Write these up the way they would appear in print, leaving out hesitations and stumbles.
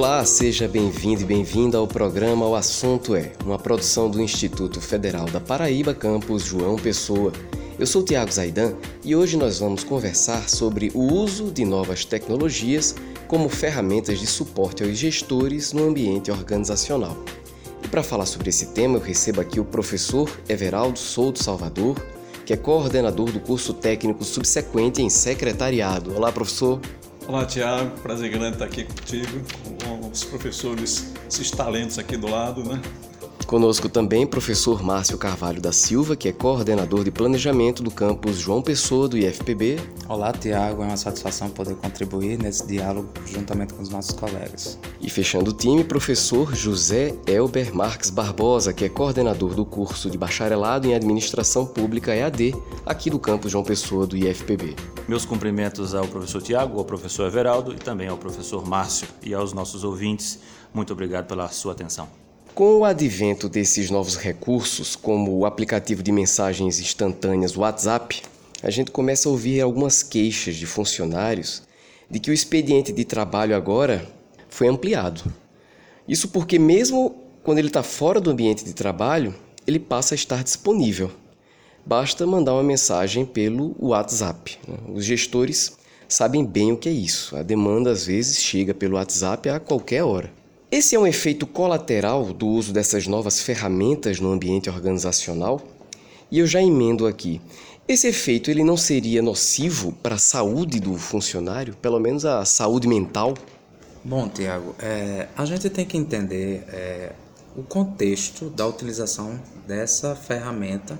Olá, seja bem-vindo e bem-vinda ao programa O Assunto É, uma produção do Instituto Federal da Paraíba, campus João Pessoa. Eu sou Tiago Zaidan e hoje nós vamos conversar sobre o uso de novas tecnologias como ferramentas de suporte aos gestores no ambiente organizacional. E para falar sobre esse tema, eu recebo aqui o professor Everaldo Souto Salvador, que é coordenador do curso técnico subsequente em secretariado. Olá, professor. Olá, Tiago. Prazer grande estar aqui contigo, com os professores, esses talentos aqui do lado, né? Conosco também professor Márcio Carvalho da Silva, que é coordenador de planejamento do campus João Pessoa do IFPB. Olá, Tiago. É uma satisfação poder contribuir nesse diálogo juntamente com os nossos colegas. E fechando o time, professor José Elber Marques Barbosa, que é coordenador do curso de bacharelado em Administração Pública EAD, aqui do campus João Pessoa do IFPB. Meus cumprimentos ao professor Tiago, ao professor Everaldo e também ao professor Márcio e aos nossos ouvintes. Muito obrigado pela sua atenção. Com o advento desses novos recursos, como o aplicativo de mensagens instantâneas WhatsApp, a gente começa a ouvir algumas queixas de funcionários de que o expediente de trabalho agora foi ampliado. Isso porque mesmo quando ele está fora do ambiente de trabalho, ele passa a estar disponível. Basta mandar uma mensagem pelo WhatsApp. Os gestores sabem bem o que é isso. A demanda, às vezes, chega pelo WhatsApp a qualquer hora. Esse é um efeito colateral do uso dessas novas ferramentas no ambiente organizacional? E eu já emendo aqui. Esse efeito ele não seria nocivo para a saúde do funcionário? Pelo menos a saúde mental? Bom, Tiago, a gente tem que entender o contexto da utilização dessa ferramenta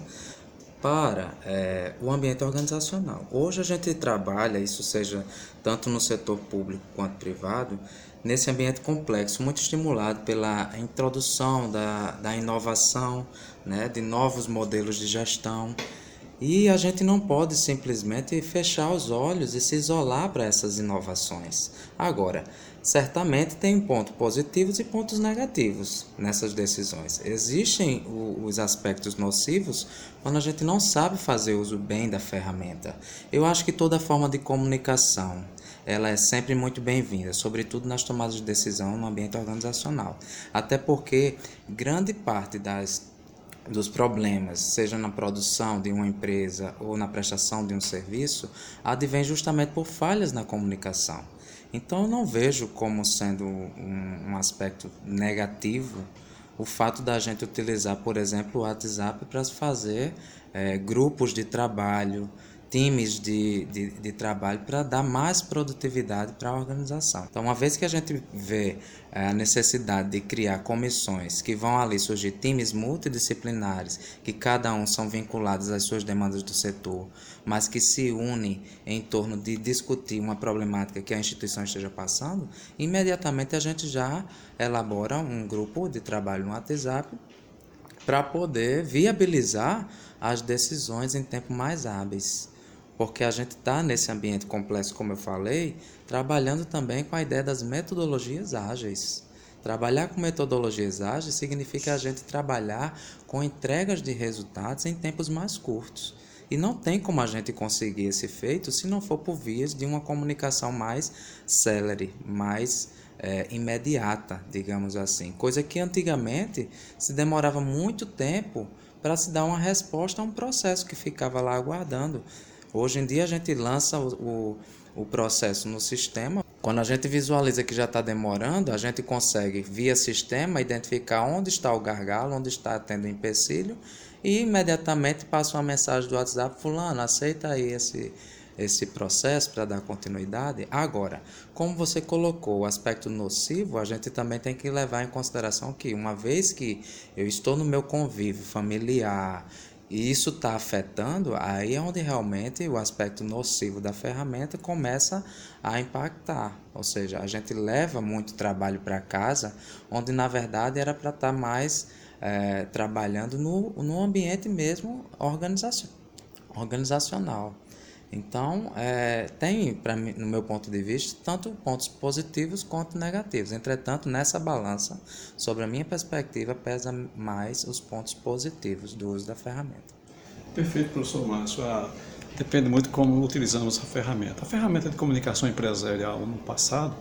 para o ambiente organizacional. Hoje a gente trabalha, isso seja tanto no setor público quanto privado, nesse ambiente complexo, muito estimulado pela introdução da inovação, né, de novos modelos de gestão. E a gente não pode simplesmente fechar os olhos e se isolar para essas inovações. Agora, certamente tem pontos positivos e pontos negativos nessas decisões. Existem os aspectos nocivos quando a gente não sabe fazer uso bem da ferramenta. Eu acho que toda forma de comunicação ela é sempre muito bem-vinda, sobretudo nas tomadas de decisão no ambiente organizacional. Até porque grande parte dos problemas, seja na produção de uma empresa ou na prestação de um serviço, advém justamente por falhas na comunicação. Então eu não vejo como sendo um aspecto negativo o fato da gente utilizar, por exemplo, o WhatsApp para fazer grupos de trabalho, times de trabalho para dar mais produtividade para a organização. Então, uma vez que a gente vê a necessidade de criar comissões que vão ali surgir times multidisciplinares, que cada um são vinculados às suas demandas do setor, mas que se unem em torno de discutir uma problemática que a instituição esteja passando, imediatamente a gente já elabora um grupo de trabalho no WhatsApp para poder viabilizar as decisões em tempo mais hábeis. Porque a gente está nesse ambiente complexo, como eu falei, trabalhando também com a ideia das metodologias ágeis. Trabalhar com metodologias ágeis significa a gente trabalhar com entregas de resultados em tempos mais curtos. E não tem como a gente conseguir esse feito se não for por vias de uma comunicação mais célere, mais imediata, digamos assim. Coisa que antigamente se demorava muito tempo para se dar uma resposta a um processo que ficava lá aguardando. Hoje em dia a gente lança o processo no sistema. Quando a gente visualiza que já está demorando, a gente consegue, via sistema, identificar onde está o gargalo, onde está tendo empecilho e imediatamente passa uma mensagem do WhatsApp: fulano, aceita aí esse processo para dar continuidade. Agora, como você colocou o aspecto nocivo, a gente também tem que levar em consideração que, uma vez que eu estou no meu convívio familiar, e isso está afetando, aí é onde realmente o aspecto nocivo da ferramenta começa a impactar. Ou seja, a gente leva muito trabalho para casa, onde na verdade era para estar mais trabalhando no ambiente mesmo organizacional. Então, tem, pra mim, no meu ponto de vista, tanto pontos positivos quanto negativos. Entretanto, nessa balança, sobre a minha perspectiva, pesa mais os pontos positivos do uso da ferramenta. Perfeito, professor Márcio. Depende muito de como utilizamos a ferramenta. A ferramenta de comunicação empresarial no passado,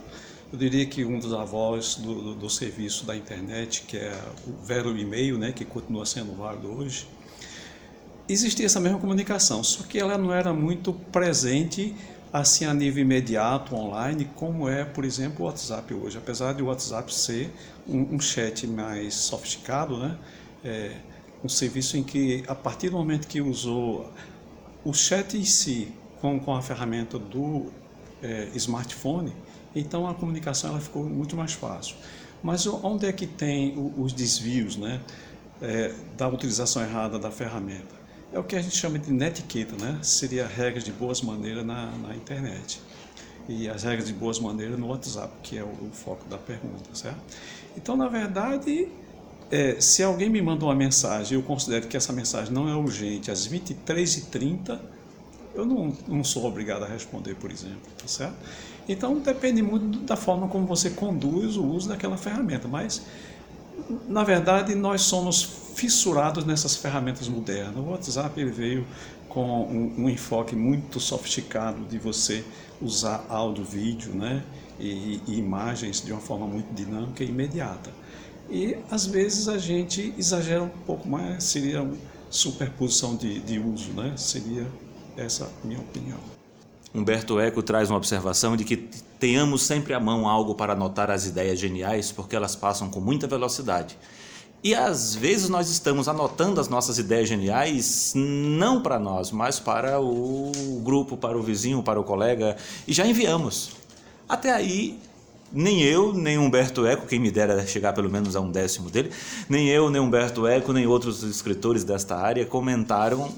Eu diria que um dos avós do serviço da internet, que é o velho e-mail, né, que continua sendo válido hoje, existia essa mesma comunicação, só que ela não era muito presente assim a nível imediato, online, como é, por exemplo, o WhatsApp hoje. Apesar de o WhatsApp ser um chat mais sofisticado, né, um serviço em que, a partir do momento que usou o chat em si com a ferramenta do smartphone, então a comunicação ela ficou muito mais fácil. Mas onde é que tem os desvios, né, da utilização errada da ferramenta? É o que a gente chama de netiqueta, né? Seria regras de boas maneiras na internet. E as regras de boas maneiras no WhatsApp, que é o foco da pergunta, certo? Então, na verdade, se alguém me manda uma mensagem e eu considero que essa mensagem não é urgente às 23h30, eu não sou obrigado a responder, por exemplo, tá certo? Então, depende muito da forma como você conduz o uso daquela ferramenta, mas, na verdade, nós somos fissurados nessas ferramentas modernas. O WhatsApp ele veio com um enfoque muito sofisticado de você usar áudio, vídeo, né, e imagens de uma forma muito dinâmica e imediata. E, às vezes, a gente exagera um pouco mais, seria uma superposição de uso, né? Seria essa a minha opinião. Humberto Eco traz uma observação de que tenhamos sempre à mão algo para anotar as ideias geniais, porque elas passam com muita velocidade. E às vezes nós estamos anotando as nossas ideias geniais não para nós, mas para o grupo, para o vizinho, para o colega, e já enviamos. Até aí, nem eu, nem Humberto Eco, quem me dera chegar pelo menos a 1/10 dele, nem eu, nem Humberto Eco, nem outros escritores desta área comentaram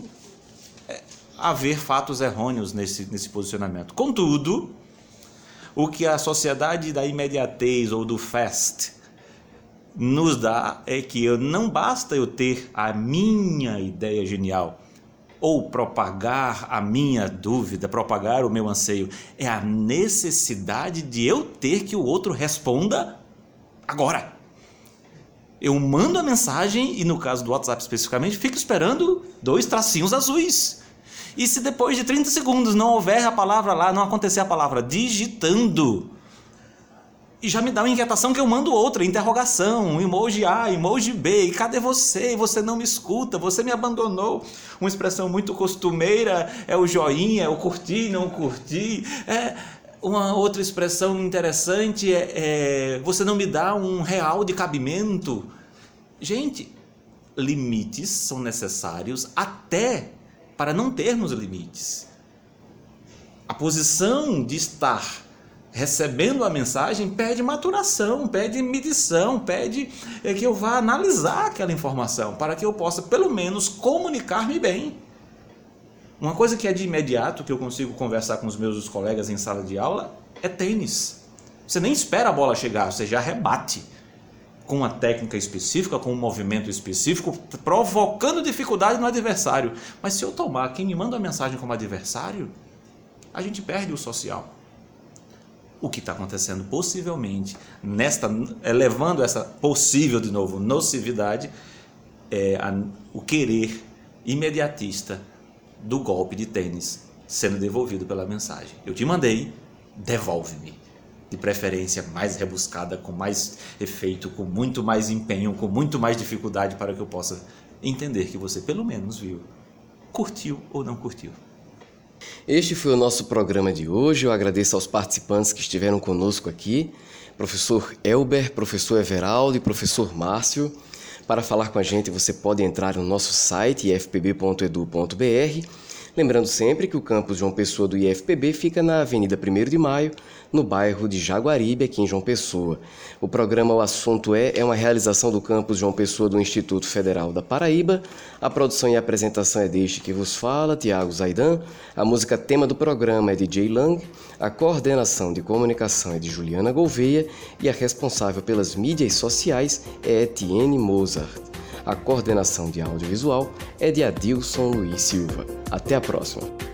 haver fatos errôneos nesse posicionamento. Contudo, o que a sociedade da imediatez ou do fast nos dá é que não basta eu ter a minha ideia genial ou propagar a minha dúvida, propagar o meu anseio. É a necessidade de eu ter que o outro responda agora. Eu mando a mensagem e, no caso do WhatsApp especificamente, fico esperando 2 tracinhos azuis. E se depois de 30 segundos não houver a palavra lá, não acontecer a palavra digitando, e já me dá uma inquietação que eu mando outra, interrogação, um emoji A, emoji B, e cadê você? Você não me escuta, você me abandonou. Uma expressão muito costumeira é o joinha, é o curtir, não curtir. Uma outra expressão interessante você não me dá um real de cabimento. Gente, limites são necessários até para não termos limites. A posição de estar recebendo a mensagem pede maturação, pede medição, pede que eu vá analisar aquela informação para que eu possa, pelo menos, comunicar-me bem. Uma coisa que é de imediato, que eu consigo conversar com os meus colegas em sala de aula, é tênis. Você nem espera a bola chegar, você já rebate com uma técnica específica, com um movimento específico, provocando dificuldade no adversário. Mas se eu tomar quem me manda a mensagem como adversário, a gente perde o social. O que está acontecendo possivelmente, levando essa possível, de novo, nocividade, o querer imediatista do golpe de tênis sendo devolvido pela mensagem. Eu te mandei, devolve-me. De preferência mais rebuscada, com mais efeito, com muito mais empenho, com muito mais dificuldade para que eu possa entender que você pelo menos viu, curtiu ou não curtiu. Este foi o nosso programa de hoje. Eu agradeço aos participantes que estiveram conosco aqui, professor Elber, professor Everaldo e professor Márcio. Para falar com a gente, você pode entrar no nosso site ifpb.edu.br. Lembrando sempre que o campus João Pessoa do IFPB fica na Avenida 1º de Maio, no bairro de Jaguaribe, aqui em João Pessoa. O programa O Assunto é uma realização do campus João Pessoa do Instituto Federal da Paraíba. A produção e a apresentação é deste que vos fala, Tiago Zaidan. A música tema do programa é de Jay Lang. A coordenação de comunicação é de Juliana Gouveia e a responsável pelas mídias sociais é Etienne Mozart. A coordenação de audiovisual é de Adilson Luiz Silva. Até a próxima!